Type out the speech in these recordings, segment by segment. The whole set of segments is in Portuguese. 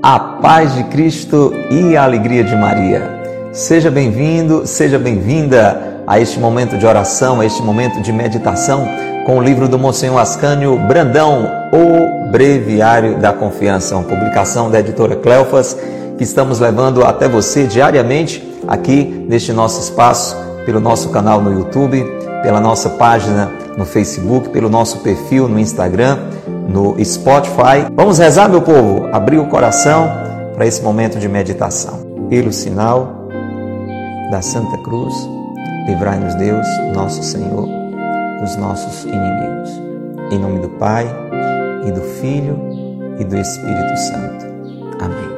A paz de Cristo e a alegria de Maria. Seja bem-vindo, seja bem-vinda a este momento de oração, a este momento de meditação com o livro do Monsenhor Ascânio Brandão, O Breviário da Confiança, uma publicação da editora Cleofas, que estamos levando até você diariamente aqui neste nosso espaço, pelo nosso canal no YouTube, pela nossa página no Facebook, pelo nosso perfil no Instagram, no Spotify. Vamos rezar, meu povo? Abrir o coração para esse momento de meditação. Pelo sinal da Santa Cruz, livrai-nos Deus, nosso Senhor, dos nossos inimigos. Em nome do Pai, e do Filho, e do Espírito Santo. Amém.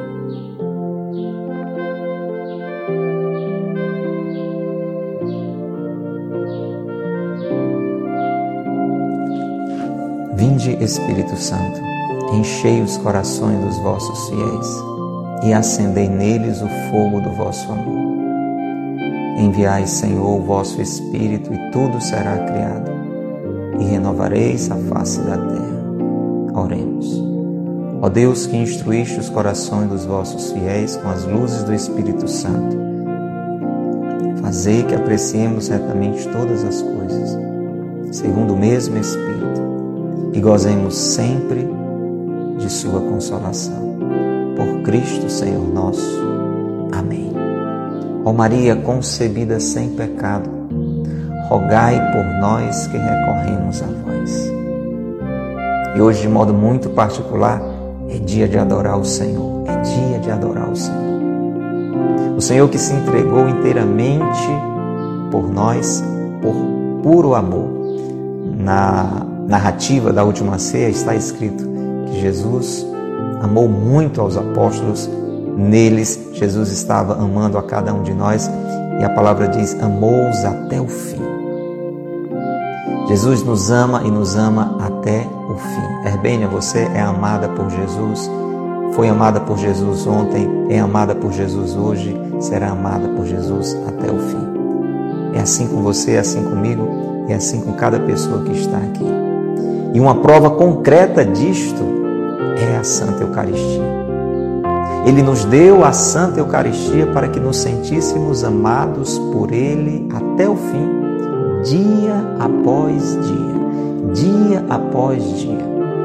Vinde, Espírito Santo, enchei os corações dos vossos fiéis e acendei neles o fogo do vosso amor. Enviai, Senhor, o vosso Espírito e tudo será criado e renovareis a face da terra. Oremos. Ó Deus, que instruíste os corações dos vossos fiéis com as luzes do Espírito Santo, fazei que apreciemos retamente todas as coisas, segundo o mesmo Espírito, e gozemos sempre de sua consolação. Por Cristo, Senhor nosso. Amém. Ó Maria concebida sem pecado, rogai por nós que recorremos a vós. E hoje, de modo muito particular, é dia de adorar o Senhor. É dia de adorar o Senhor. O Senhor que se entregou inteiramente por nós, por puro amor. Na narrativa da última ceia está escrito que Jesus amou muito aos apóstolos, neles Jesus estava amando a cada um de nós e a palavra diz, amou-os até o fim. Jesus nos ama e nos ama até o fim. Herbênia, você é amada por Jesus, foi amada por Jesus ontem, é amada por Jesus hoje, será amada por Jesus até o fim. É assim com você, é assim comigo, é assim com cada pessoa que está aqui. E uma prova concreta disto é a Santa Eucaristia. Ele nos deu a Santa Eucaristia para que nos sentíssemos amados por Ele até o fim, dia após dia, dia após dia.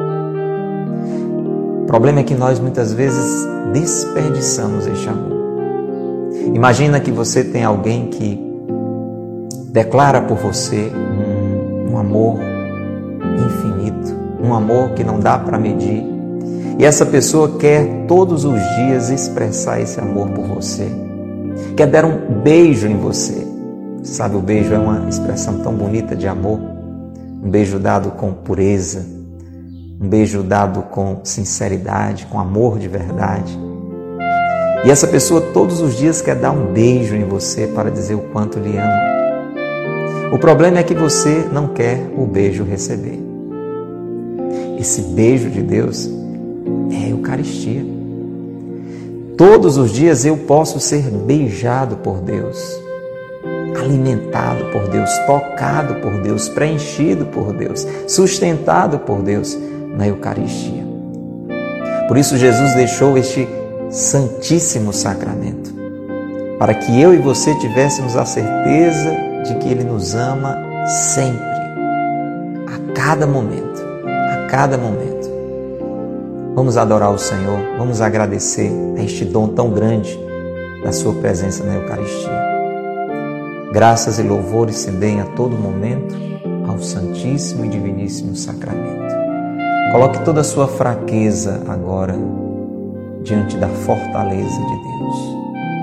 O problema é que nós muitas vezes desperdiçamos este amor. Imagina que você tem alguém que declara por você um amor infinito, um amor que não dá para medir. E essa pessoa quer todos os dias expressar esse amor por você. Quer dar um beijo em você. Sabe, o beijo é uma expressão tão bonita de amor. Um beijo dado com pureza. Um beijo dado com sinceridade, com amor de verdade. E essa pessoa todos os dias quer dar um beijo em você para dizer o quanto lhe ama. O problema é que você não quer o beijo receber. Esse beijo de Deus é a Eucaristia. Todos os dias eu posso ser beijado por Deus, alimentado por Deus, tocado por Deus, preenchido por Deus, sustentado por Deus na Eucaristia. Por isso Jesus deixou este Santíssimo Sacramento, para que eu e você tivéssemos a certeza de que Ele nos ama sempre, a cada momento, a cada momento. Vamos adorar o Senhor, vamos agradecer a este dom tão grande da Sua presença na Eucaristia. Graças e louvores se deem a todo momento ao Santíssimo e Diviníssimo Sacramento. Coloque toda a sua fraqueza agora diante da fortaleza de Deus.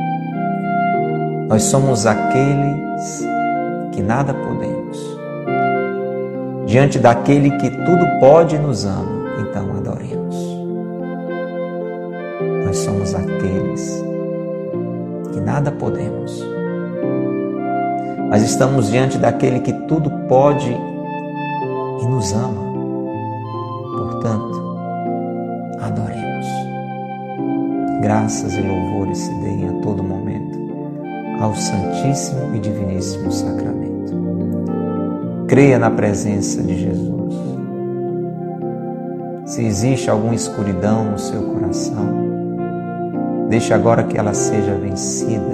Nós somos aqueles que nada podemos. Diante daquele que tudo pode e nos ama, então adoremos. Nós somos aqueles que nada podemos. Mas estamos diante daquele que tudo pode e nos ama. Portanto, adoremos. Graças e louvores se deem a todo momento ao Santíssimo e Diviníssimo Sacramento. Creia na presença de Jesus. Se existe alguma escuridão no seu coração, Deixe agora que ela seja vencida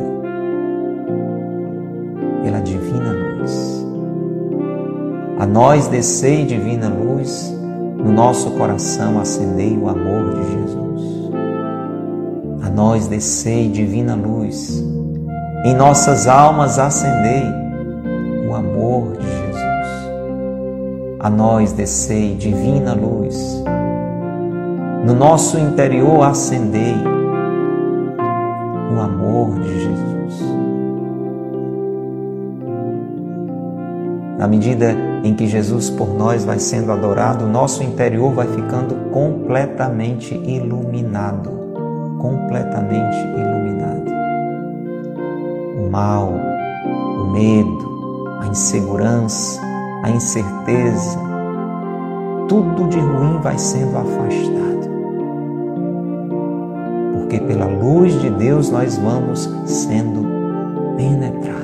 pela divina luz. A nós descei divina luz, no nosso coração acendei o amor de Jesus. A nós descei divina luz, em nossas almas acendei o amor de Jesus. A nós descei divina luz, no nosso interior acendei o amor de Jesus. Na medida em que Jesus por nós vai sendo adorado, o nosso interior vai ficando completamente iluminado. Completamente iluminado. O mal, o medo, a insegurança, a incerteza, tudo de ruim vai sendo afastado. Porque pela luz de Deus nós vamos sendo penetrados,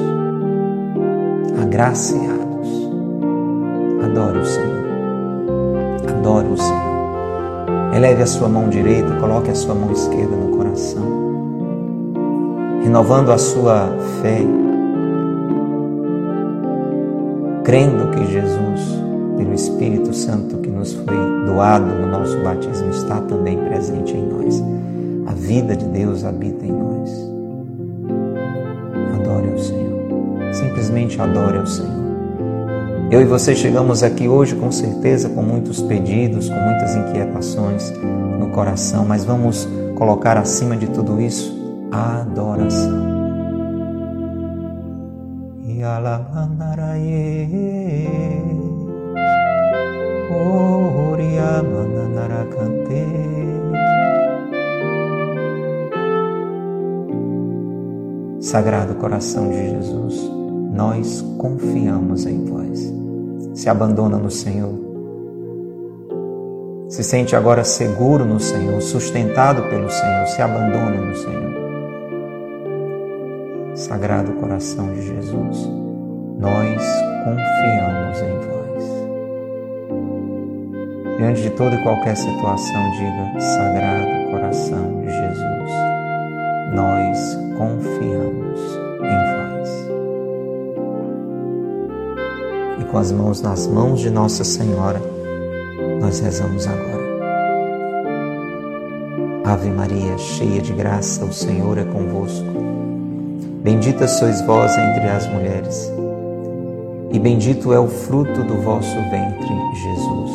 agraciados. Adore o Senhor. Adore o Senhor. Eleve a sua mão direita, coloque a sua mão esquerda no coração, renovando a sua fé, crendo que Jesus, pelo Espírito Santo que nos foi doado no nosso batismo, está também presente em nós. A vida de Deus habita em nós. Adore ao Senhor. Simplesmente adore ao Senhor. Eu e você chegamos aqui hoje com certeza com muitos pedidos, com muitas inquietações no coração, mas vamos colocar acima de tudo isso a adoração. Sagrado coração de Jesus, nós confiamos em vós. Se abandona no Senhor. Se sente agora seguro no Senhor, sustentado pelo Senhor. Se abandona no Senhor. Sagrado coração de Jesus, nós confiamos em vós. Diante de toda e qualquer situação, diga: Sagrado coração de Jesus, nós confiamos em vós. E com as mãos nas mãos de Nossa Senhora, nós rezamos agora. Ave Maria, cheia de graça, o Senhor é convosco. Bendita sois vós entre as mulheres, e bendito é o fruto do vosso ventre, Jesus.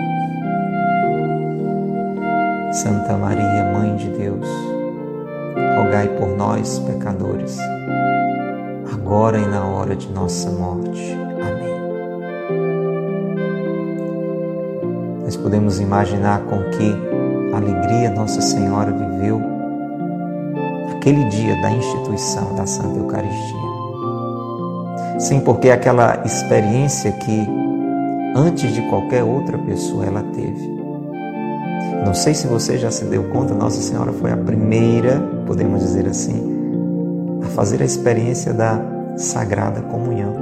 Santa Maria, Mãe de Deus, rogai por nós, pecadores, agora e na hora de nossa morte. Amém. Nós podemos imaginar com que alegria Nossa Senhora viveu aquele dia da instituição da Santa Eucaristia. Sim, porque aquela experiência que antes de qualquer outra pessoa ela teve. Não sei se você já se deu conta, Nossa Senhora foi a primeira, podemos dizer assim, a fazer a experiência da Sagrada Comunhão.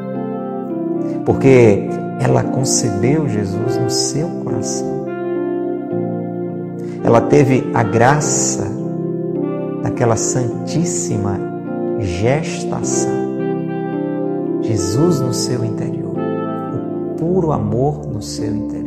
Porque ela concebeu Jesus no seu coração. Ela teve a graça daquela santíssima gestação. Jesus no seu interior, o puro amor no seu interior.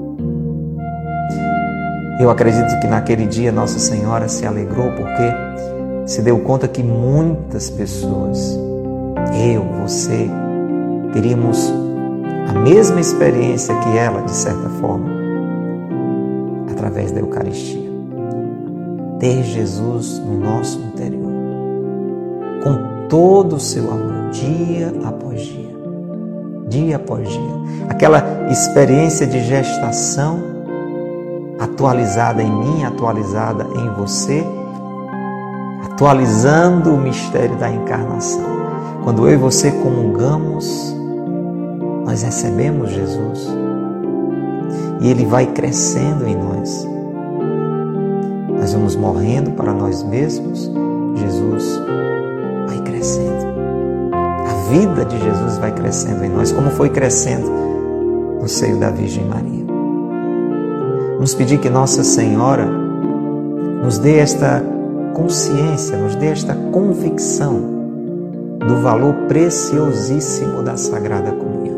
Eu acredito que naquele dia Nossa Senhora se alegrou porque se deu conta que muitas pessoas, eu, você, teríamos a mesma experiência que ela, de certa forma, através da Eucaristia. Ter Jesus no nosso interior, com todo o seu amor, dia após dia, dia após dia. Aquela experiência de gestação atualizada em mim, atualizada em você, atualizando o mistério da encarnação. Quando eu e você comungamos, nós recebemos Jesus e Ele vai crescendo em nós. Nós vamos morrendo para nós mesmos, Jesus vai crescendo. A vida de Jesus vai crescendo em nós, como foi crescendo no seio da Virgem Maria. Vamos pedir que Nossa Senhora nos dê esta consciência, nos dê esta convicção do valor preciosíssimo da Sagrada Comunhão.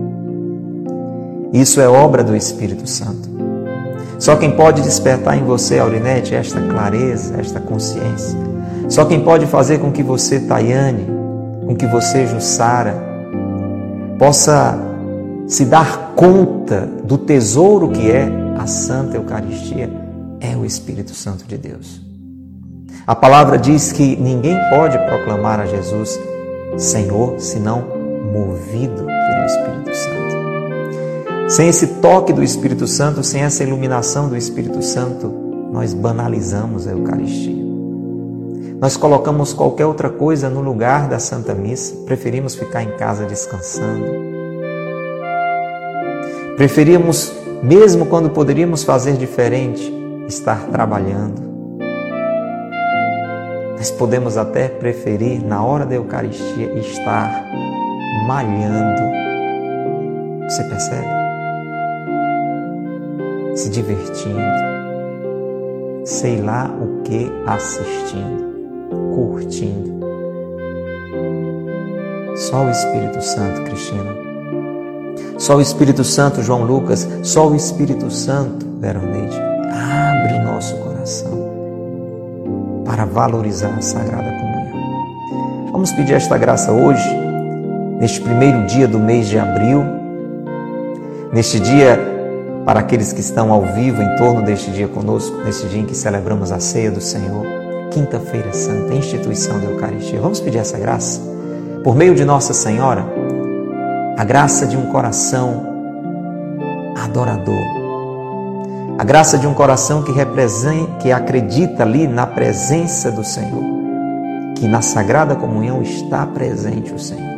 Isso é obra do Espírito Santo. Só quem pode despertar em você, Aurinete, esta clareza, esta consciência. Só quem pode fazer com que você, Tayane, com que você, Jussara, possa se dar conta do tesouro que é a Santa Eucaristia, é o Espírito Santo de Deus. A palavra diz que ninguém pode proclamar a Jesus Senhor, senão movido pelo Espírito Santo. Sem esse toque do Espírito Santo, sem essa iluminação do Espírito Santo, nós banalizamos a Eucaristia. Nós colocamos qualquer outra coisa no lugar da Santa Missa, preferimos ficar em casa descansando. Preferimos, mesmo quando poderíamos fazer diferente, estar trabalhando. Nós podemos até preferir, na hora da Eucaristia, estar malhando. Você percebe? Se divertindo, sei lá o que, assistindo, curtindo. Só o Espírito Santo, Cristina. Só o Espírito Santo, João Lucas. Só o Espírito Santo, Veroneide. Abre nosso coração para valorizar a Sagrada Comunhão. Vamos pedir esta graça hoje, neste primeiro dia do mês de abril, neste dia, para aqueles que estão ao vivo em torno deste dia conosco, neste dia em que celebramos a ceia do Senhor, Quinta-feira Santa, instituição da Eucaristia. Vamos pedir essa graça, por meio de Nossa Senhora, a graça de um coração adorador, a graça de um coração que acredita ali na presença do Senhor, que na Sagrada Comunhão está presente o Senhor.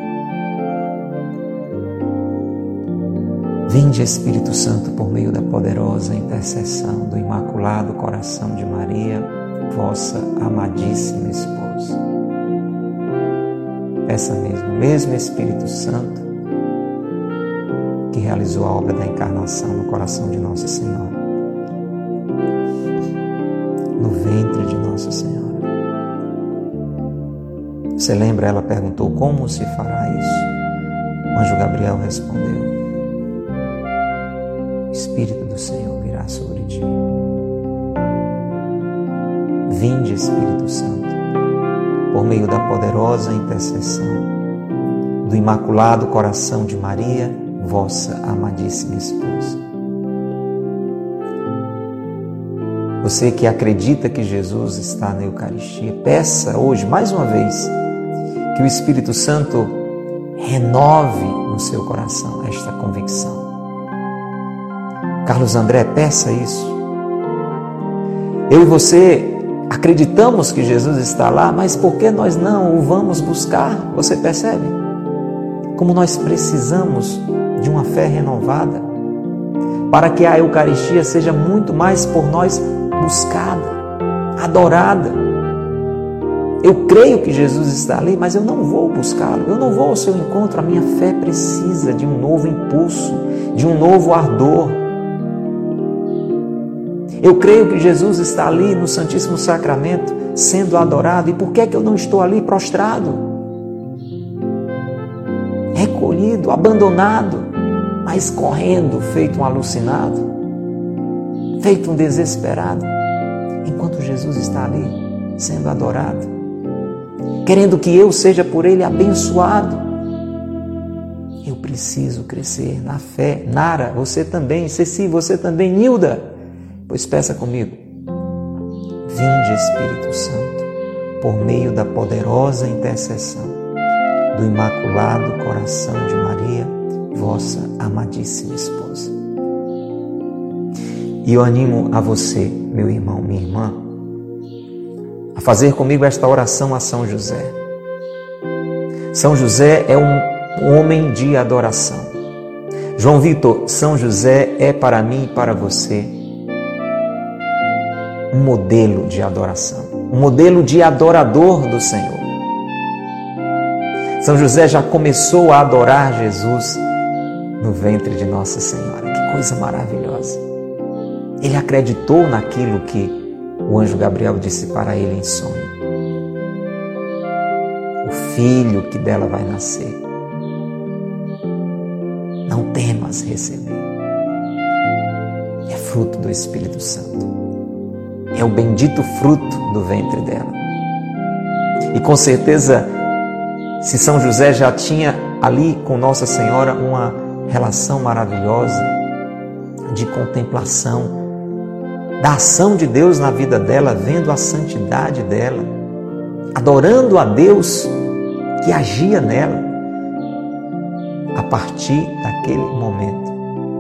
Vinde, Espírito Santo, por meio da poderosa intercessão do Imaculado Coração de Maria, vossa amadíssima esposa. Peça mesmo Espírito Santo que realizou a obra da encarnação no coração de Nossa Senhora, no ventre de Nossa Senhora. Você lembra, ela perguntou, como se fará isso? O anjo Gabriel respondeu, o Espírito do Senhor virá sobre ti. Vinde, Espírito Santo, por meio da poderosa intercessão do Imaculado Coração de Maria, vossa amadíssima esposa. Você que acredita que Jesus está na Eucaristia, peça hoje, mais uma vez, que o Espírito Santo renove no seu coração esta convicção. Carlos André, peça isso. Eu e você acreditamos que Jesus está lá, mas por que nós não o vamos buscar? Você percebe? Como nós precisamos de uma fé renovada para que a Eucaristia seja muito mais por nós buscada, adorada. Eu creio que Jesus está ali, mas eu não vou buscá-lo, eu não vou ao seu encontro. A minha fé precisa de um novo impulso, de um novo ardor. Eu creio que Jesus está ali no Santíssimo Sacramento, sendo adorado. E por que eu não estou ali prostrado? Recolhido, abandonado, mas correndo, feito um alucinado, feito um desesperado, enquanto Jesus está ali, sendo adorado, querendo que eu seja por Ele abençoado. Eu preciso crescer na fé. Nara, você também. Ceci, você também. Nilda, pois peça comigo. Vinde, Espírito Santo, por meio da poderosa intercessão do Imaculado Coração de Maria, vossa amadíssima esposa. E eu animo a você, meu irmão, minha irmã, a fazer comigo esta oração a São José. São José é um homem de adoração. João Vitor, São José é para mim e para você um modelo de adoração, um modelo de adorador do Senhor. São José já começou a adorar Jesus no ventre de Nossa Senhora. Que coisa maravilhosa! Ele acreditou naquilo que o anjo Gabriel disse para ele em sonho: o filho que dela vai nascer, não temas receber. É fruto do Espírito Santo. É o bendito fruto do ventre dela. E com certeza, se São José já tinha ali com Nossa Senhora uma relação maravilhosa de contemplação da ação de Deus na vida dela, vendo a santidade dela, adorando a Deus que agia nela, a partir daquele momento,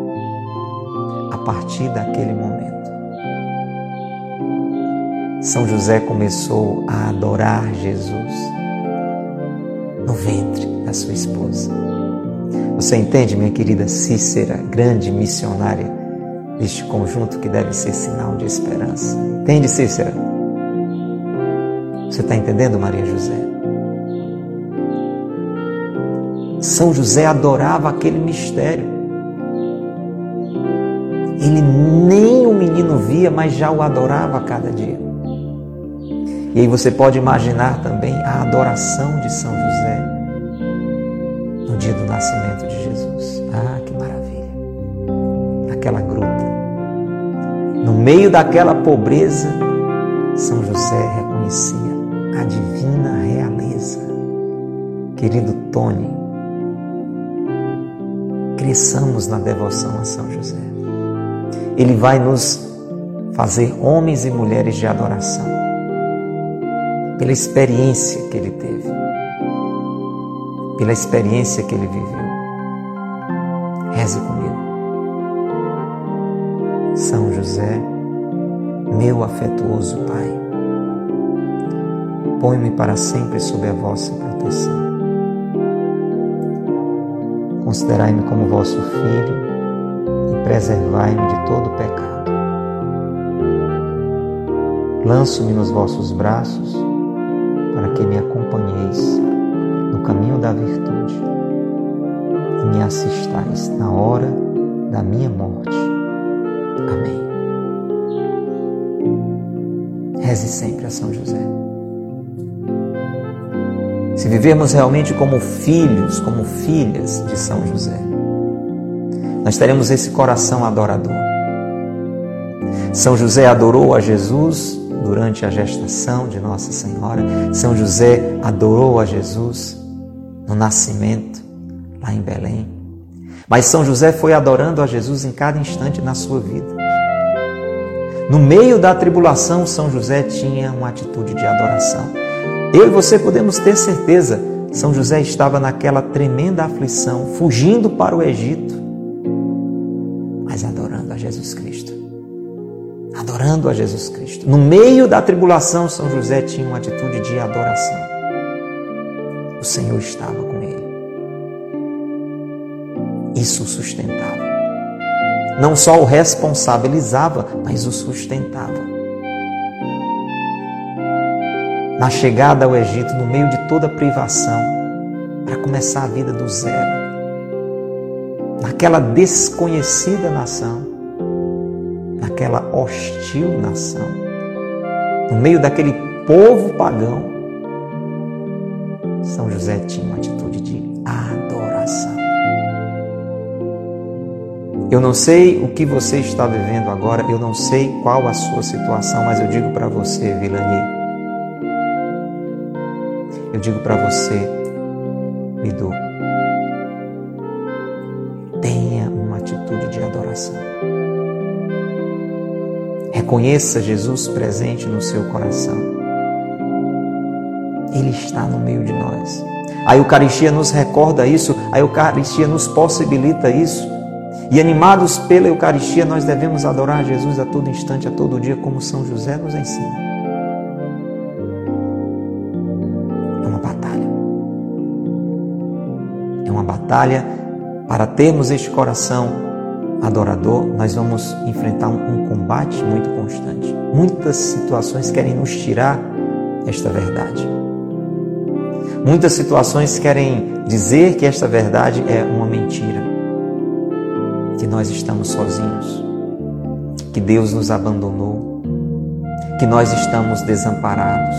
São José começou a adorar Jesus no ventre da sua esposa. Você entende, minha querida Cícera, grande missionária deste conjunto que deve ser sinal de esperança? Entende, Cícera? Você está entendendo, Maria José? São José adorava aquele mistério. Ele nem o menino via, mas já o adorava a cada dia. E aí você pode imaginar também a adoração de São José no dia do nascimento de Jesus. Ah, que maravilha! Naquela gruta, no meio daquela pobreza, São José reconhecia a divina realeza. Querido Tony, cresçamos na devoção a São José. Ele vai nos fazer homens e mulheres de adoração, pela experiência que ele teve, pela experiência que ele viveu. Reze comigo. São José, meu afetuoso Pai, põe-me para sempre sob a vossa proteção. Considerai-me como vosso filho e preservai-me de todo pecado. Lanço-me nos vossos braços para que me acompanheis no caminho da virtude e me assistais na hora da minha morte. Amém. Reze sempre a São José. Se vivermos realmente como filhos, como filhas de São José, nós teremos esse coração adorador. São José adorou a Jesus durante a gestação de Nossa Senhora. São José adorou a Jesus no nascimento, lá em Belém. Mas São José foi adorando a Jesus em cada instante na sua vida. No meio da tribulação, São José tinha uma atitude de adoração. Eu e você podemos ter certeza, São José estava naquela tremenda aflição, fugindo para o Egito, mas adorando a Jesus Cristo. Adorando a Jesus Cristo. No meio da tribulação, São José tinha uma atitude de adoração. O Senhor estava com ele. Isso o sustentava. Não só o responsabilizava, mas o sustentava. Na chegada ao Egito, no meio de toda a privação, para começar a vida do zero, naquela desconhecida nação, naquela hostil nação, no meio daquele povo pagão, São José tinha uma atitude de adoração. Eu não sei o que você está vivendo agora, eu não sei qual a sua situação, mas eu digo para você, Vilani, eu digo para você, Bidu, tenha uma atitude de adoração. Reconheça Jesus presente no seu coração. Ele está no meio de nós. A Eucaristia nos recorda isso, a Eucaristia nos possibilita isso. E animados pela Eucaristia, nós devemos adorar Jesus a todo instante, a todo dia, como São José nos ensina. É uma batalha para termos este coração adorador. Nós vamos enfrentar um combate muito constante. Muitas situações querem nos tirar esta verdade. Muitas situações querem dizer que esta verdade é uma mentira, que nós estamos sozinhos, que Deus nos abandonou, que nós estamos desamparados.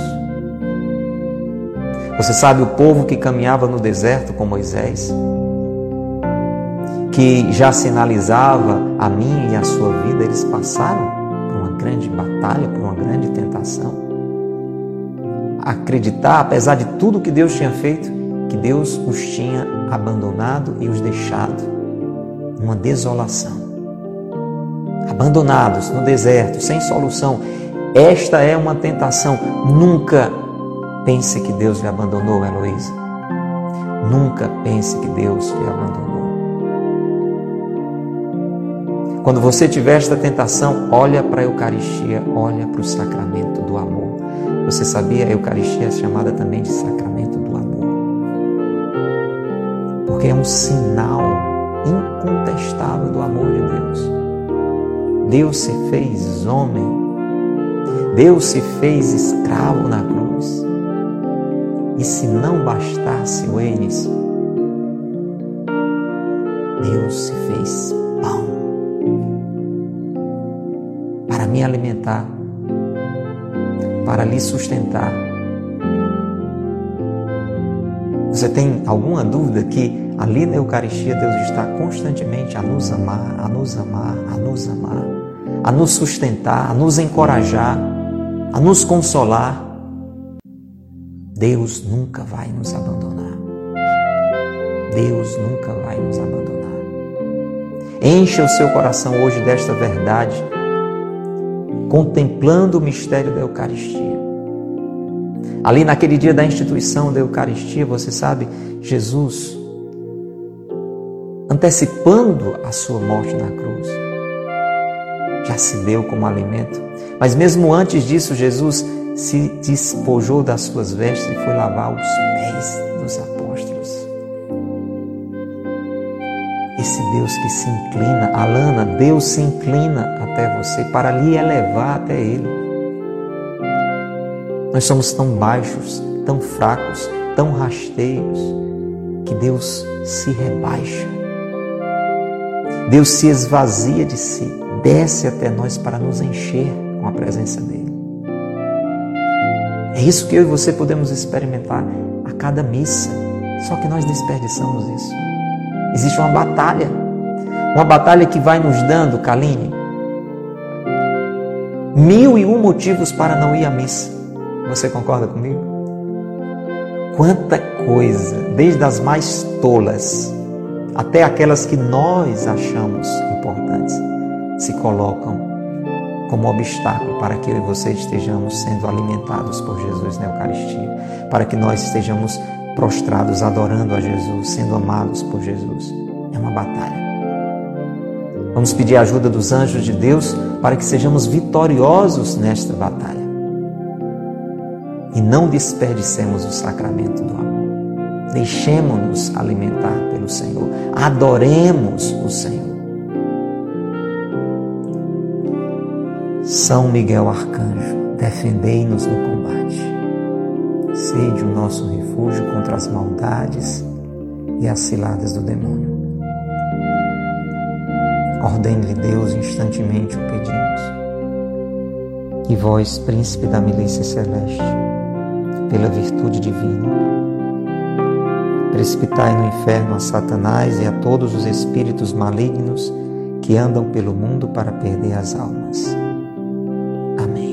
Você sabe, o povo que caminhava no deserto com Moisés, que já sinalizava a minha e a sua vida, eles passaram por uma grande batalha, por uma grande tentação. Acreditar, apesar de tudo que Deus tinha feito, que Deus os tinha abandonado e os deixado numa desolação. Abandonados no deserto, sem solução. Esta é uma tentação. Nunca pense que Deus lhe abandonou, Heloísa. Nunca pense que Deus lhe abandonou. Quando você tiver esta tentação, olha para a Eucaristia, olha para o sacramento do amor. Você sabia, a Eucaristia é chamada também de sacramento do amor. Porque é um sinal incontestável do amor de Deus. Deus se fez homem. Deus se fez escravo na cruz. E se não bastasse o eles, Deus se fez pão para me alimentar, para lhe sustentar. Você tem alguma dúvida que ali na Eucaristia Deus está constantemente a nos amar, a nos amar, a nos amar, a nos sustentar, a nos encorajar, a nos consolar? Deus nunca vai nos abandonar. Deus nunca vai nos abandonar. Encha o seu coração hoje desta verdade, contemplando o mistério da Eucaristia. Ali naquele dia da instituição da Eucaristia, você sabe, Jesus, antecipando a sua morte na cruz, já se deu como alimento. Mas mesmo antes disso, Jesus se despojou das suas vestes e foi lavar os pés dos apóstolos. Esse Deus que se inclina, Alana, Deus se inclina até você para lhe elevar até Ele. Nós somos tão baixos, tão fracos, tão rasteiros, que Deus se rebaixa. Deus se esvazia de si, desce até nós para nos encher com a presença dEle. É isso que eu e você podemos experimentar a cada missa, só que nós desperdiçamos isso. Existe uma batalha que vai nos dando, Kaline, 1001 motivos para não ir à missa. Você concorda comigo? Quanta coisa, desde as mais tolas até aquelas que nós achamos importantes, se colocam como obstáculo para que eu e você estejamos sendo alimentados por Jesus na Eucaristia, para que nós estejamos prostrados, adorando a Jesus, sendo amados por Jesus. É uma batalha. Vamos pedir a ajuda dos anjos de Deus para que sejamos vitoriosos nesta batalha. E não desperdicemos o sacramento do amor. Deixemos-nos alimentar pelo Senhor. Adoremos o Senhor. São Miguel Arcanjo, defendei-nos no combate. Sede o nosso refúgio contra as maldades e as ciladas do demônio. Ordene-lhe Deus, instantemente o pedimos. E vós, príncipe da milícia celeste, pela virtude divina, precipitai no inferno a Satanás e a todos os espíritos malignos que andam pelo mundo para perder as almas. Amém.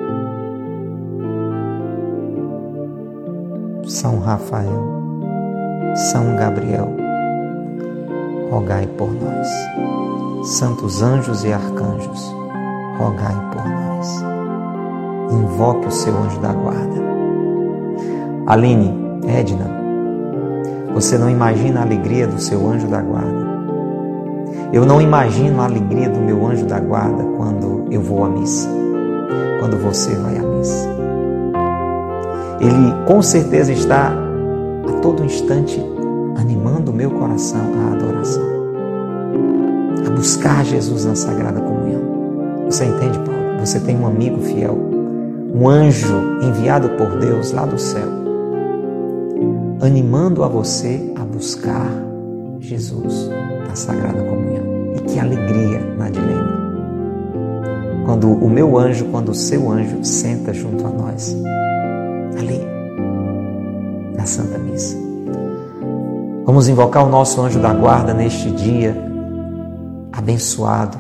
São Rafael, São Gabriel, rogai por nós. Santos anjos e arcanjos, rogai por nós. Invoque o seu anjo da guarda. Aline, Edna, você não imagina a alegria do seu anjo da guarda. Eu não imagino a alegria do meu anjo da guarda quando eu vou à missa, quando você vai à missa. Ele com certeza está a todo instante animando o meu coração à adoração, a buscar Jesus na Sagrada Comunhão. Você entende, Paulo? Você tem um amigo fiel, um anjo enviado por Deus lá do céu, animando a você a buscar Jesus na Sagrada Comunhão. E que alegria, Nadilene, quando o meu anjo, quando o seu anjo senta junto a nós, ali, na Santa Missa. Vamos invocar o nosso anjo da guarda neste dia abençoado,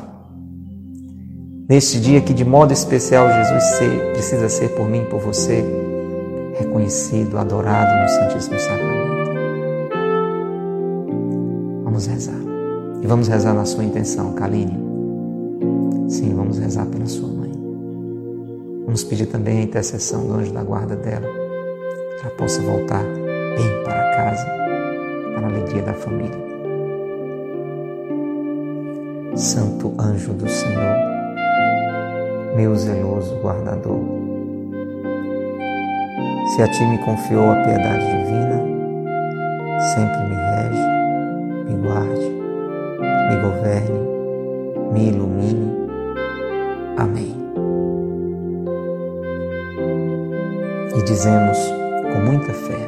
neste dia que de modo especial Jesus precisa ser por mim e por você reconhecido, adorado no Santíssimo Sacramento. Vamos rezar. E vamos rezar na sua intenção, Kaline. Sim, vamos rezar pela sua mãe. Vamos pedir também a intercessão do anjo da guarda dela, que ela possa voltar bem para casa, para a alegria da família. Santo anjo do Senhor, meu zeloso guardador, se a ti me confiou a piedade divina, sempre me rege, me guarde, me governe, me ilumine. Amém. E dizemos com muita fé: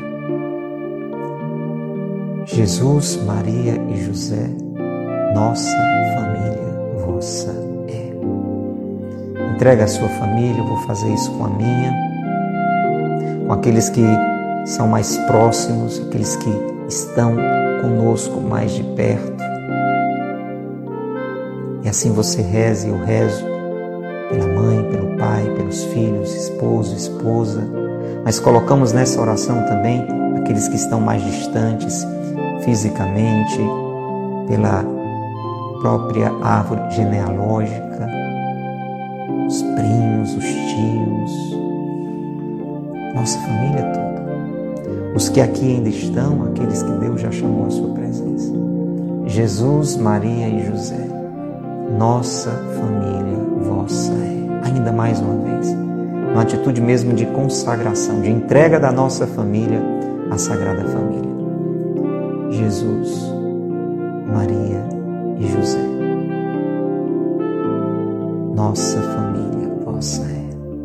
Jesus, Maria e José, nossa família vossa é. Entrega a sua família, eu vou fazer isso com a minha, com aqueles que são mais próximos, aqueles que estão conosco mais de perto. E assim você reza e eu rezo pela mãe, pelo pai, pelos filhos, esposo, esposa. Mas colocamos nessa oração também aqueles que estão mais distantes fisicamente, pela própria árvore genealógica, os primos, os tios, nossa família toda. Os que aqui ainda estão, aqueles que Deus já chamou à sua presença. Jesus, Maria e José, nossa família vossa é. Ainda mais uma vez, uma atitude mesmo de consagração, de entrega da nossa família à Sagrada Família. Jesus, Maria e José, nossa família vossa é.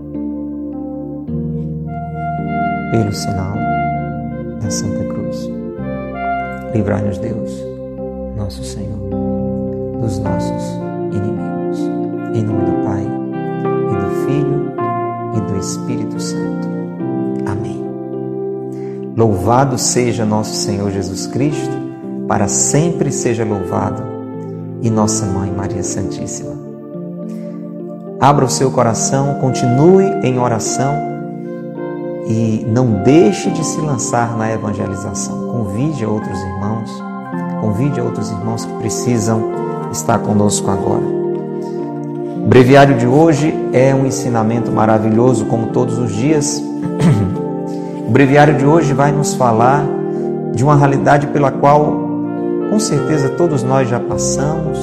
Pelo sinal da Santa Cruz, livrai-nos Deus, nosso Senhor, dos nossos inimigos. Em nome do Pai, e do Filho, e do Espírito Santo. Amém. Louvado seja nosso Senhor Jesus Cristo, para sempre seja louvado, e nossa Mãe Maria Santíssima. Abra o seu coração, continue em oração e não deixe de se lançar na evangelização. Convide a outros irmãos que precisam estar conosco agora. O breviário de hoje é um ensinamento maravilhoso, como todos os dias. O breviário de hoje vai nos falar de uma realidade pela qual, com certeza, todos nós já passamos.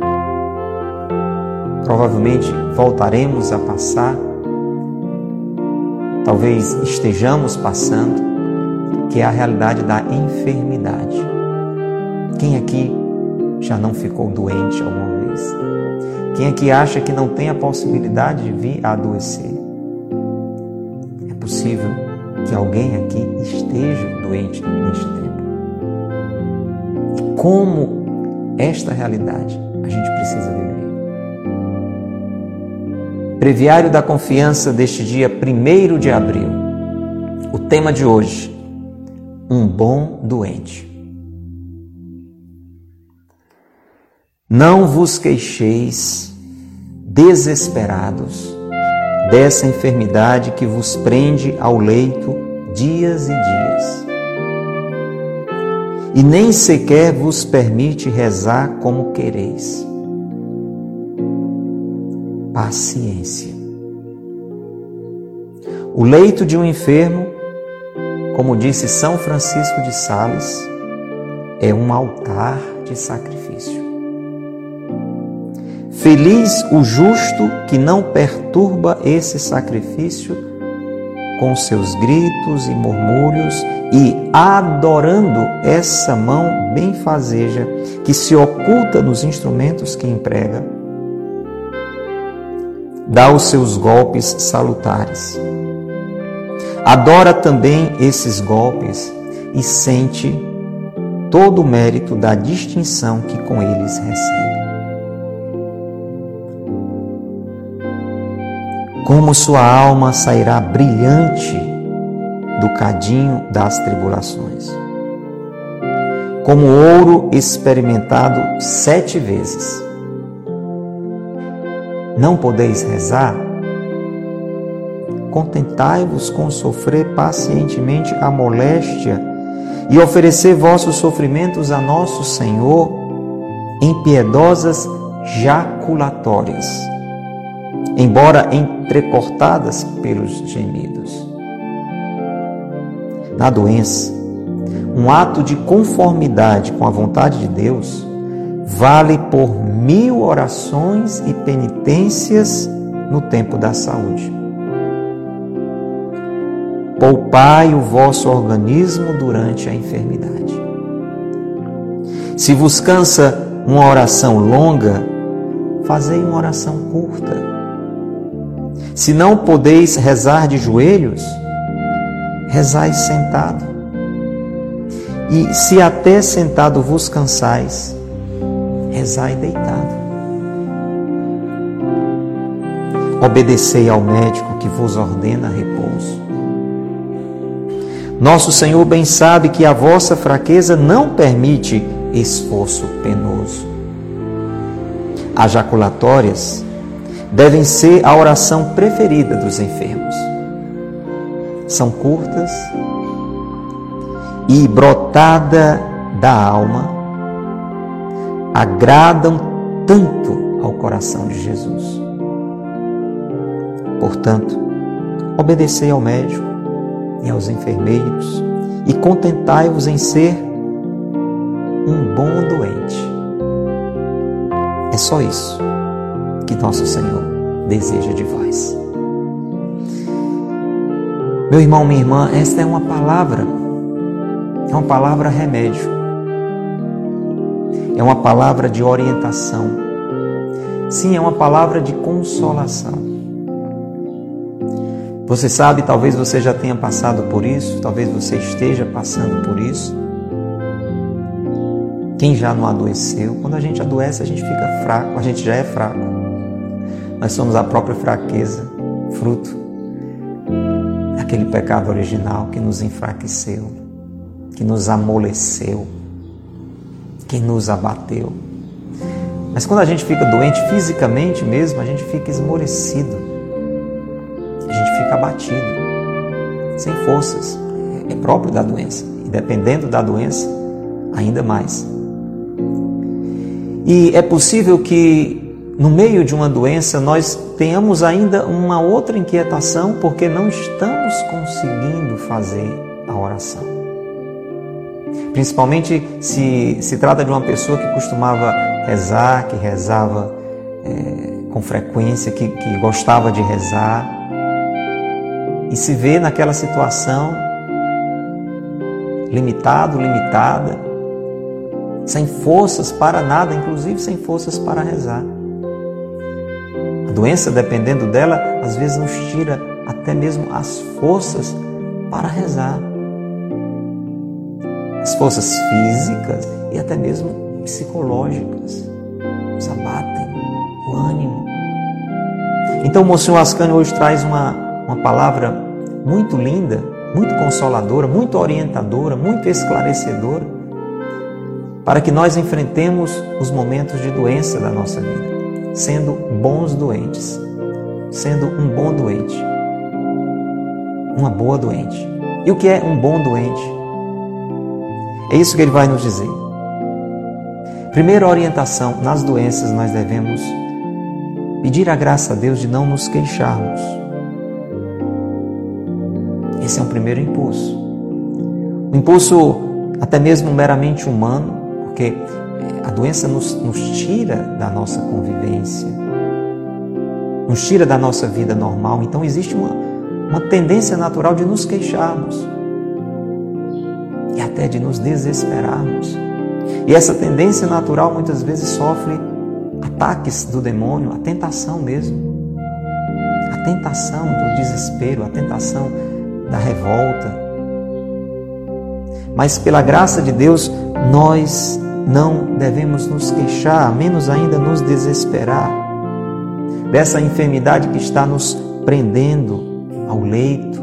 Provavelmente voltaremos a passar. Talvez estejamos passando, que é a realidade da enfermidade. Quem aqui já não ficou doente alguma vez? Quem aqui acha que não tem a possibilidade de vir a adoecer? É possível que alguém aqui esteja doente neste tempo. E como esta realidade a gente precisa viver? Breviário da Confiança deste dia 1º de abril. O tema de hoje: um bom doente. Não vos queixeis, desesperados, dessa enfermidade que vos prende ao leito dias e dias, e nem sequer vos permite rezar como quereis. Paciência. O leito de um enfermo, como disse São Francisco de Sales, é um altar de sacrifício. Feliz o justo que não perturba esse sacrifício com seus gritos e murmúrios e adorando essa mão benfazeja que se oculta nos instrumentos que emprega, dá os seus golpes salutares. Adora também esses golpes e sente todo o mérito da distinção que com eles recebe. como sua alma sairá brilhante do cadinho das tribulações. Como ouro experimentado 7 vezes. Não podeis rezar? Contentai-vos com sofrer pacientemente a moléstia e oferecer vossos sofrimentos a nosso Senhor em piedosas jaculatórias, embora entrecortadas pelos gemidos. Na doença, um ato de conformidade com a vontade de Deus vale por 1000 orações e penitências no tempo da saúde. Poupai o vosso organismo durante a enfermidade. Se vos cansa uma oração longa, fazei uma oração curta. Se não podeis rezar de joelhos, rezai sentado. E se até sentado vos cansais, rezai deitado. Obedecei ao médico que vos ordena repouso. Nosso Senhor bem sabe que a vossa fraqueza não permite esforço penoso. As jaculatórias devem ser a oração preferida dos enfermos. São curtas e brotada da alma, agradam tanto ao coração de Jesus. Portanto, obedecei ao médico e aos enfermeiros e contentai-vos em ser um bom doente. É só isso que nosso Senhor deseja de vós. Meu irmão, minha irmã, esta é uma palavra remédio. É uma palavra de orientação. Sim, é uma palavra de consolação. Você sabe, talvez você já tenha passado por isso, talvez você esteja passando por isso. Quem já não adoeceu? Quando a gente adoece, a gente fica fraco, a gente já é fraco. Nós somos a própria fraqueza, fruto daquele pecado original que nos enfraqueceu, que nos amoleceu, que nos abateu. Mas quando a gente fica doente fisicamente mesmo, a gente fica esmorecido. A gente fica abatido, sem forças. É próprio da doença. E dependendo da doença, ainda mais. E é possível que no meio de uma doença nós tenhamos ainda uma outra inquietação porque não estamos conseguindo fazer a oração. Principalmente se trata de uma pessoa que costumava rezar, que rezava com frequência, que gostava de rezar. E se vê naquela situação limitada, sem forças para nada, inclusive sem forças para rezar. A doença, dependendo dela, às vezes nos tira até mesmo as forças para rezar. As forças físicas e até mesmo psicológicas nos abatem, o ânimo. Então o Monsenhor Ascânio hoje traz uma palavra muito linda, muito consoladora, muito orientadora, muito esclarecedora, para que nós enfrentemos os momentos de doença da nossa vida, sendo bons doentes, sendo um bom doente, uma boa doente. E o que é um bom doente? É isso que ele vai nos dizer. Primeira orientação: nas doenças nós devemos pedir a graça a Deus de não nos queixarmos. Esse é um primeiro impulso. Um impulso até mesmo meramente humano, porque a doença nos tira da nossa convivência, nos tira da nossa vida normal. Então existe uma tendência natural de nos queixarmos e até de nos desesperarmos. E essa tendência natural muitas vezes sofre ataques do demônio, a tentação mesmo, a tentação do desespero, a tentação da revolta. Mas pela graça de Deus, nós não devemos nos queixar, menos ainda nos desesperar dessa enfermidade que está nos prendendo ao leito,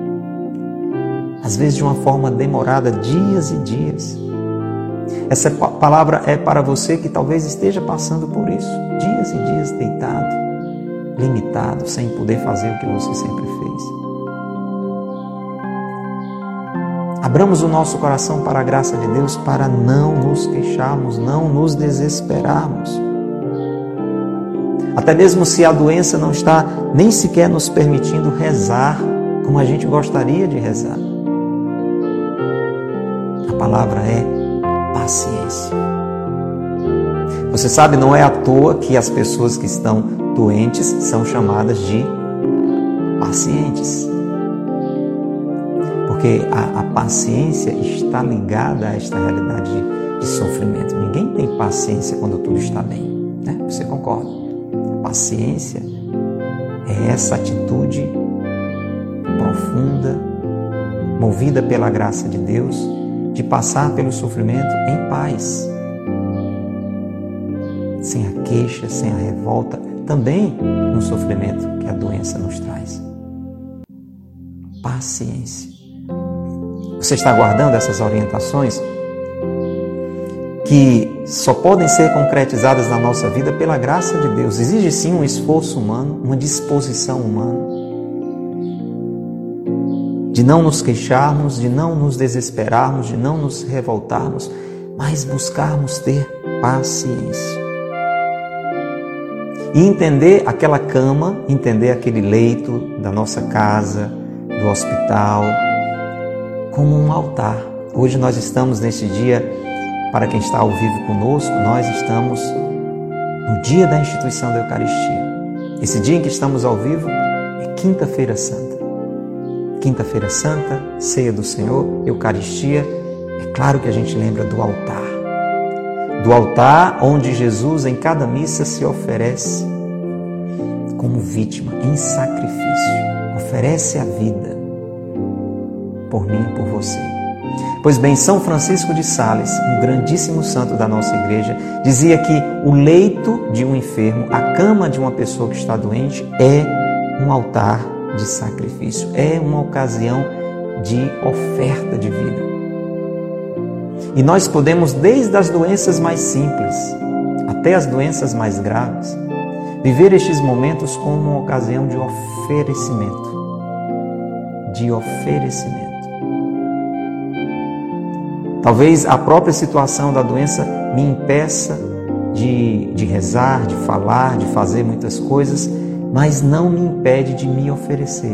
às vezes de uma forma demorada, dias e dias. Essa palavra é para você que talvez esteja passando por isso, dias e dias deitado, limitado, sem poder fazer o que você sempre fez. Abramos o nosso coração para a graça de Deus para não nos queixarmos, não nos desesperarmos. Até mesmo se a doença não está nem sequer nos permitindo rezar como a gente gostaria de rezar. A palavra é paciência. Você sabe, não é à toa que as pessoas que estão doentes são chamadas de pacientes. Porque a paciência está ligada a esta realidade de sofrimento. Ninguém tem paciência quando tudo está bem, né? Você concorda? A paciência é essa atitude profunda, movida pela graça de Deus, de passar pelo sofrimento em paz, sem a queixa, sem a revolta, também no sofrimento que a doença nos traz. Paciência. Você está guardando essas orientações que só podem ser concretizadas na nossa vida pela graça de Deus. Exige sim um esforço humano, uma disposição humana, de não nos queixarmos, de não nos desesperarmos, de não nos revoltarmos, mas buscarmos ter paciência. E entender aquela cama, entender aquele leito da nossa casa, do hospital, como um altar. Hoje nós estamos neste dia, para quem está ao vivo conosco, nós estamos no dia da instituição da Eucaristia. Esse dia em que estamos ao vivo é Quinta-feira Santa. Quinta-feira Santa, Ceia do Senhor, Eucaristia. É claro que a gente lembra do altar. Do altar onde Jesus em cada missa se oferece como vítima, em sacrifício. Oferece a vida por mim e por você. Pois bem, São Francisco de Sales, um grandíssimo santo da nossa igreja, dizia que o leito de um enfermo, a cama de uma pessoa que está doente, é um altar de sacrifício, é uma ocasião de oferta de vida. E nós podemos, desde as doenças mais simples até as doenças mais graves, viver estes momentos como uma ocasião de oferecimento. De oferecimento. Talvez a própria situação da doença me impeça de rezar, de falar, de fazer muitas coisas, mas não me impede de me oferecer.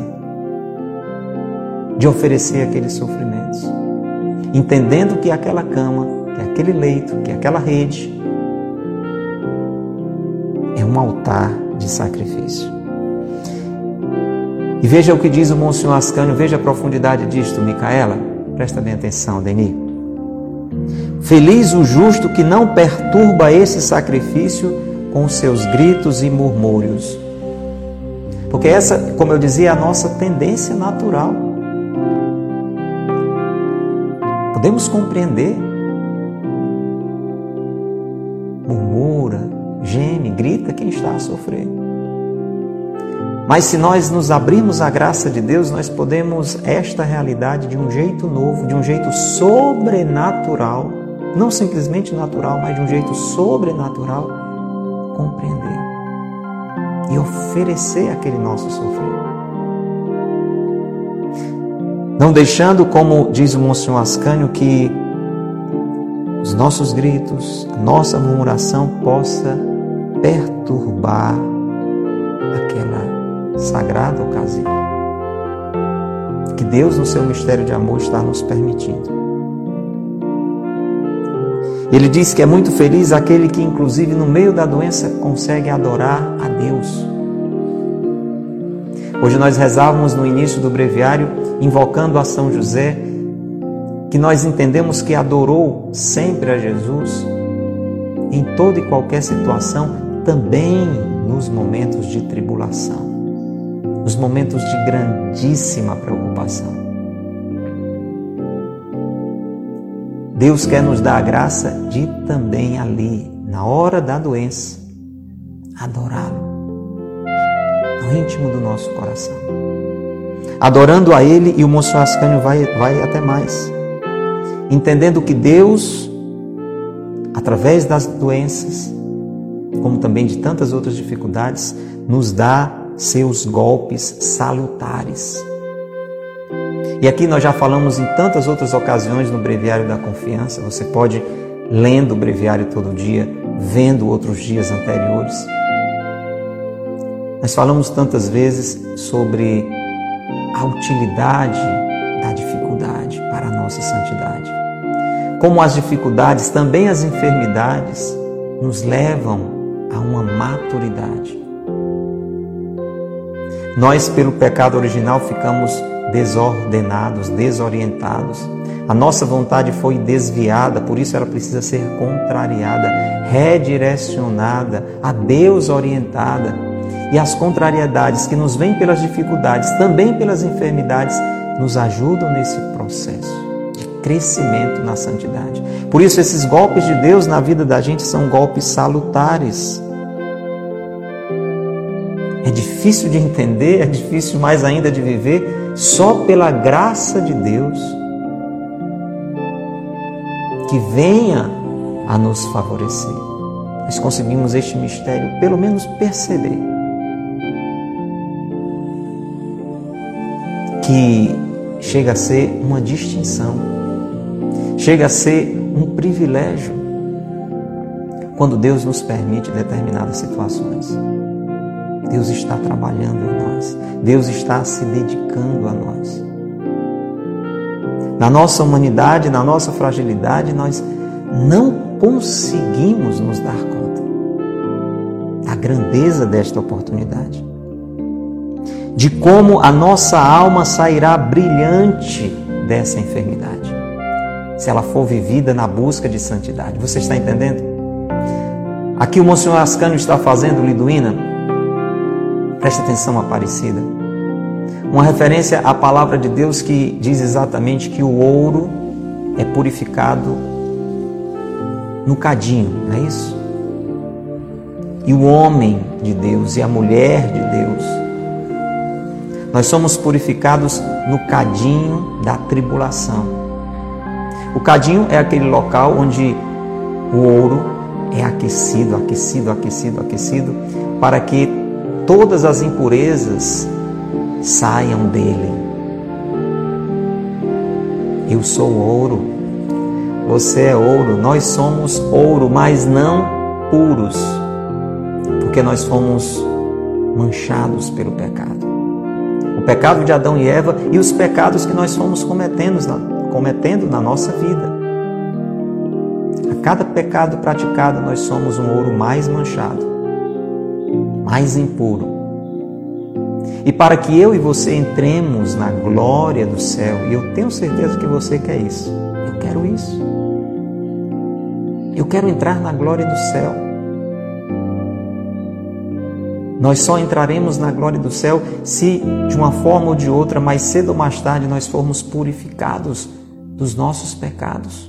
De oferecer aqueles sofrimentos. Entendendo que aquela cama, que aquele leito, que aquela rede é um altar de sacrifício. E veja o que diz o Monsenhor Ascânio, veja a profundidade disto, Micaela. Presta bem atenção, Deni. Feliz o justo que não perturba esse sacrifício com os seus gritos e murmúrios. Porque essa, como eu dizia, é a nossa tendência natural. Podemos compreender. Murmura, geme, grita quem está a sofrer. Mas se nós nos abrirmos à graça de Deus, nós podemos esta realidade de um jeito novo, de um jeito sobrenatural, não simplesmente natural, mas de um jeito sobrenatural, compreender e oferecer aquele nosso sofrimento. Não deixando, como diz o Monsenhor Ascânio, que os nossos gritos, a nossa murmuração possa perturbar aquela sagrada ocasião que Deus, no seu mistério de amor, está nos permitindo. Ele diz que é muito feliz aquele que, inclusive, no meio da doença, consegue adorar a Deus. Hoje nós rezávamos no início do breviário, invocando a São José, que nós entendemos que adorou sempre a Jesus, em toda e qualquer situação, também nos momentos de tribulação, nos momentos de grandíssima preocupação. Deus quer nos dar a graça de também ali, na hora da doença, adorá-lo. no íntimo do nosso coração. Adorando a Ele, e o Monsenhor Ascânio vai até mais. Entendendo que Deus, através das doenças, como também de tantas outras dificuldades, nos dá seus golpes salutares. E aqui nós já falamos em tantas outras ocasiões no Breviário da Confiança. Você pode, lendo o Breviário todo dia, vendo outros dias anteriores. Nós falamos tantas vezes sobre a utilidade da dificuldade para a nossa santidade. Como as dificuldades, também as enfermidades, nos levam a uma maturidade. Nós, pelo pecado original, ficamos desordenados, desorientados. A nossa vontade foi desviada, por isso ela precisa ser contrariada, redirecionada, a Deus orientada. E as contrariedades que nos vêm pelas dificuldades, também pelas enfermidades, nos ajudam nesse processo de crescimento na santidade. Por isso, esses golpes de Deus na vida da gente são golpes salutares. É difícil de entender, é difícil mais ainda de viver, só pela graça de Deus que venha a nos favorecer. Nós conseguimos este mistério, pelo menos perceber que chega a ser uma distinção, chega a ser um privilégio quando Deus nos permite determinadas situações. Deus está trabalhando em nós, Deus está se dedicando a nós. Na nossa humanidade, na nossa fragilidade, nós não conseguimos nos dar conta da grandeza desta oportunidade, de como a nossa alma sairá brilhante dessa enfermidade, se ela for vivida na busca de santidade. Você está entendendo? Aqui o Monsenhor Ascânio está fazendo, Liduína, presta atenção, Aparecida, uma referência à palavra de Deus que diz exatamente que o ouro é purificado no cadinho, não é isso? E o homem de Deus e a mulher de Deus, nós somos purificados no cadinho da tribulação. O cadinho é aquele local onde o ouro é aquecido, aquecido, aquecido, aquecido, para que todas as impurezas saiam dele. Eu sou ouro, você é ouro, nós somos ouro, mas não puros, porque nós fomos manchados pelo pecado. O pecado de Adão e Eva e os pecados que nós fomos cometendo na nossa vida. A cada pecado praticado, nós somos um ouro mais manchado, mais impuro. E para que eu e você entremos na glória do céu, e eu tenho certeza que você quer isso, eu quero isso. Eu quero entrar na glória do céu. Nós só entraremos na glória do céu se, de uma forma ou de outra, mais cedo ou mais tarde, nós formos purificados dos nossos pecados.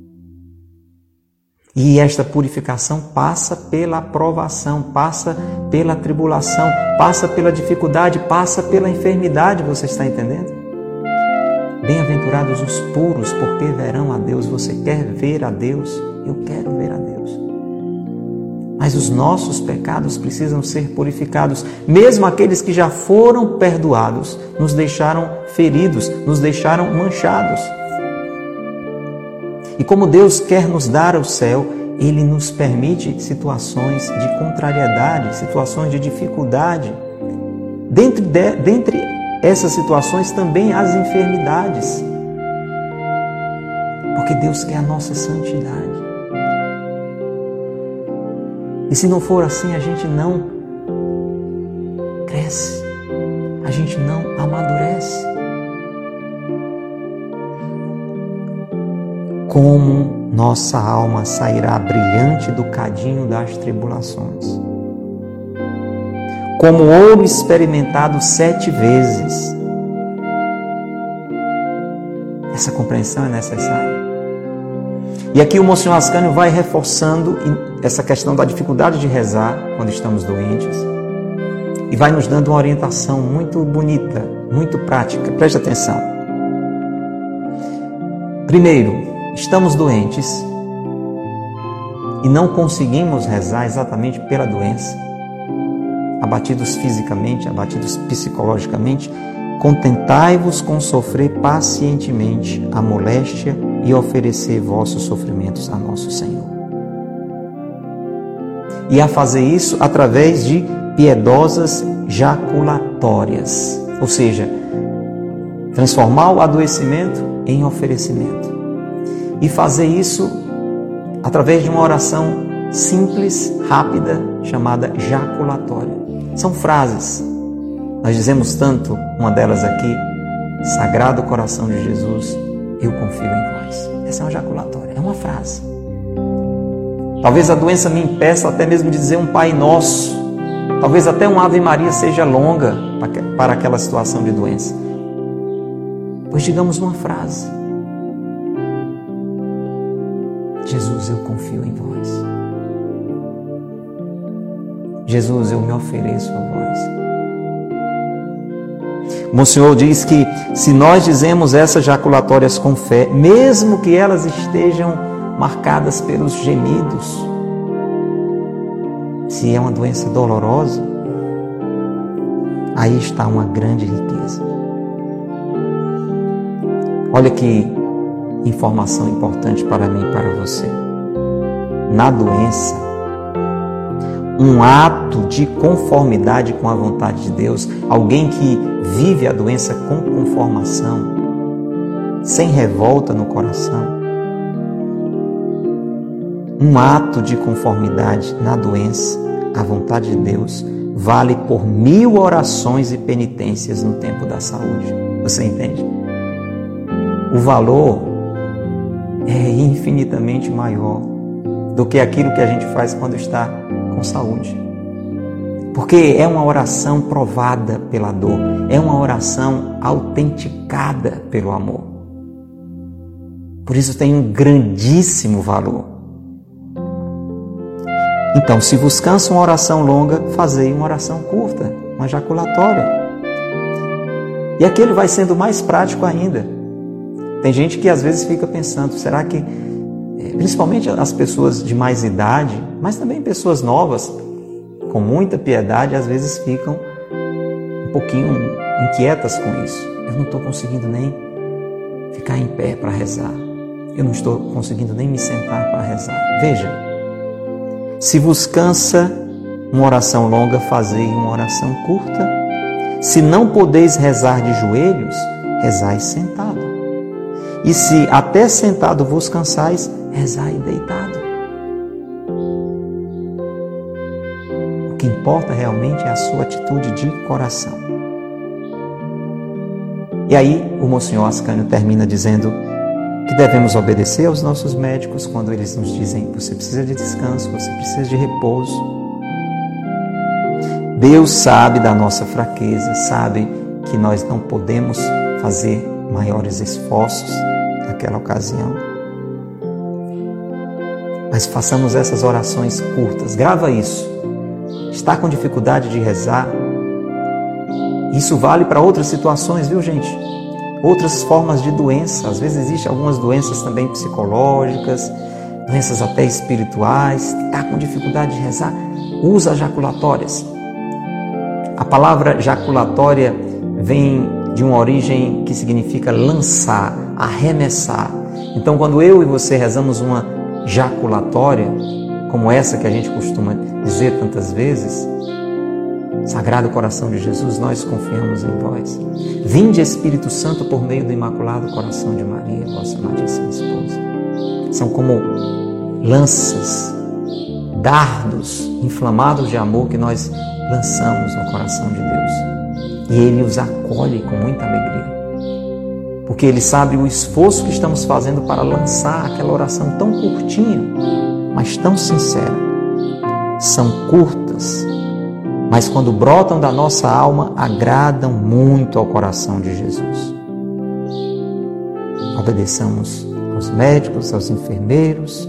E esta purificação passa pela provação, passa pela tribulação, passa pela dificuldade, passa pela enfermidade, você está entendendo? Bem-aventurados os puros, porque verão a Deus. Você quer ver a Deus? Eu quero ver a Deus. Mas os nossos pecados precisam ser purificados. Mesmo aqueles que já foram perdoados, nos deixaram feridos, nos deixaram manchados. E como Deus quer nos dar o céu, Ele nos permite situações de contrariedade, situações de dificuldade. Dentre essas situações também as enfermidades. Porque Deus quer a nossa santidade. E se não for assim, a gente não cresce, a gente não amadurece. Como nossa alma sairá brilhante do cadinho das tribulações, como ouro experimentado 7 vezes. Essa compreensão é necessária. E aqui o Monsenhor Ascânio vai reforçando essa questão da dificuldade de rezar quando estamos doentes. e vai nos dando uma orientação muito bonita, muito prática. Preste atenção. Primeiro, estamos doentes e não conseguimos rezar exatamente pela doença, abatidos fisicamente, abatidos psicologicamente. Contentai-vos com sofrer pacientemente a moléstia e oferecer vossos sofrimentos a nosso Senhor. E a fazer isso através de piedosas jaculatórias, ou seja, transformar o adoecimento em oferecimento. E fazer isso através de uma oração simples, rápida, chamada jaculatória. São frases. Nós dizemos tanto, uma delas aqui: Sagrado Coração de Jesus, eu confio em vós. Essa é uma jaculatória, é uma frase. Talvez a doença me impeça até mesmo de dizer um Pai Nosso. Talvez até um Ave Maria seja longa para aquela situação de doença. Pois digamos uma frase: Jesus, eu confio em vós. Jesus, eu me ofereço a vós. O Monsenhor diz que se nós dizemos essas jaculatórias com fé, mesmo que elas estejam marcadas pelos gemidos, se é uma doença dolorosa, aí está uma grande riqueza. Olha que informação importante para mim e para você. Na doença, um ato de conformidade com a vontade de Deus, alguém que vive a doença com conformação, sem revolta no coração, um ato de conformidade na doença à vontade de Deus vale por 1000 orações e penitências no tempo da saúde. Você entende? O valor é infinitamente maior do que aquilo que a gente faz quando está com saúde. Porque é uma oração provada pela dor, é uma oração autenticada pelo amor. Por isso tem um grandíssimo valor. Então, se vos cansa uma oração longa, fazei uma oração curta, uma jaculatória. E aquele vai sendo mais prático ainda. Tem gente que às vezes fica pensando, será que, principalmente as pessoas de mais idade, mas também pessoas novas, com muita piedade, às vezes ficam um pouquinho inquietas com isso. Eu não estou conseguindo nem ficar em pé para rezar. Eu não estou conseguindo nem me sentar para rezar. Veja, se vos cansa uma oração longa, fazei uma oração curta. Se não podeis rezar de joelhos, rezai sentado. E se até sentado vos cansais, rezai deitado. O que importa realmente é a sua atitude de coração. E aí o Monsenhor Ascânio termina dizendo que devemos obedecer aos nossos médicos quando eles nos dizem: você precisa de descanso, você precisa de repouso. Deus sabe da nossa fraqueza, sabe que nós não podemos fazer maiores esforços naquela ocasião. Mas façamos essas orações curtas. Grava isso. Está com dificuldade de rezar? Isso vale para outras situações, viu, gente? Outras formas de doença. Às vezes existem algumas doenças também psicológicas, doenças até espirituais. Está com dificuldade de rezar? Usa jaculatórias. A palavra jaculatória vem de uma origem que significa lançar, arremessar. Então, quando eu e você rezamos uma jaculatória, como essa que a gente costuma dizer tantas vezes: Sagrado Coração de Jesus, nós confiamos em vós. Vinde, Espírito Santo, por meio do Imaculado Coração de Maria, vossa amadíssima esposa. São como lanças, dardos inflamados de amor que nós lançamos no coração de Deus. E Ele os acolhe com muita alegria. Porque Ele sabe o esforço que estamos fazendo para lançar aquela oração tão curtinha, mas tão sincera. São curtas, mas quando brotam da nossa alma, agradam muito ao coração de Jesus. Obedeçamos aos médicos, aos enfermeiros,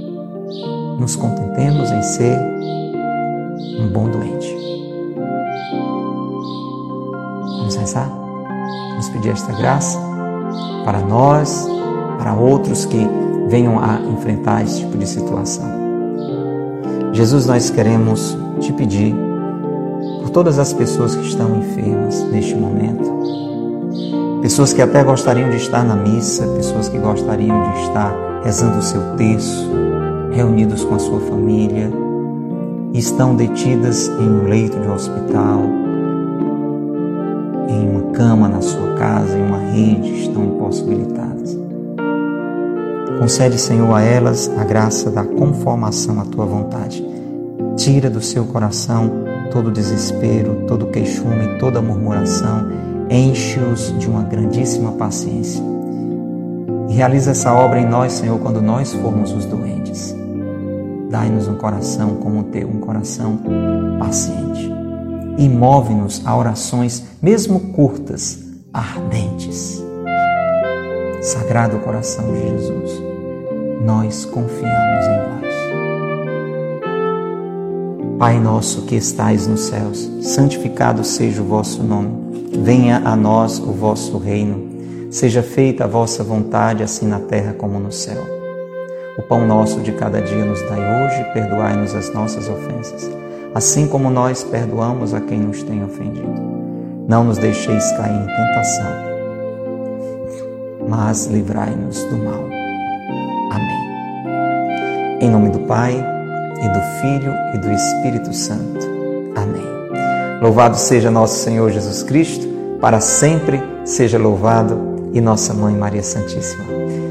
nos contentemos em ser um bom doente. Vamos rezar? Vamos pedir esta graça para nós, para outros que venham a enfrentar esse tipo de situação. Jesus, nós queremos te pedir por todas as pessoas que estão enfermas neste momento, pessoas que até gostariam de estar na missa, pessoas que gostariam de estar rezando o seu terço, reunidos com a sua família, e estão detidas em um leito de hospital, em uma cama na sua casa, em uma rede, estão impossibilitadas. Concede, Senhor, a elas a graça da conformação à Tua vontade. Tira do seu coração todo desespero, todo queixume, toda murmuração. Enche-os de uma grandíssima paciência. E realiza essa obra em nós, Senhor, quando nós formos os doentes. Dai-nos um coração como o Teu, um coração paciente. E move-nos a orações, mesmo curtas, ardentes. Sagrado coração de Jesus, nós confiamos em vós. Pai nosso que estais nos céus, santificado seja o vosso nome. Venha a nós o vosso reino. Seja feita a vossa vontade, assim na terra como no céu. O pão nosso de cada dia nos dai hoje, perdoai-nos as nossas ofensas, assim como nós perdoamos a quem nos tem ofendido. Não nos deixeis cair em tentação, mas livrai-nos do mal. Amém. Em nome do Pai, e do Filho, e do Espírito Santo. Amém. Louvado seja nosso Senhor Jesus Cristo, para sempre seja louvado, e nossa Mãe Maria Santíssima.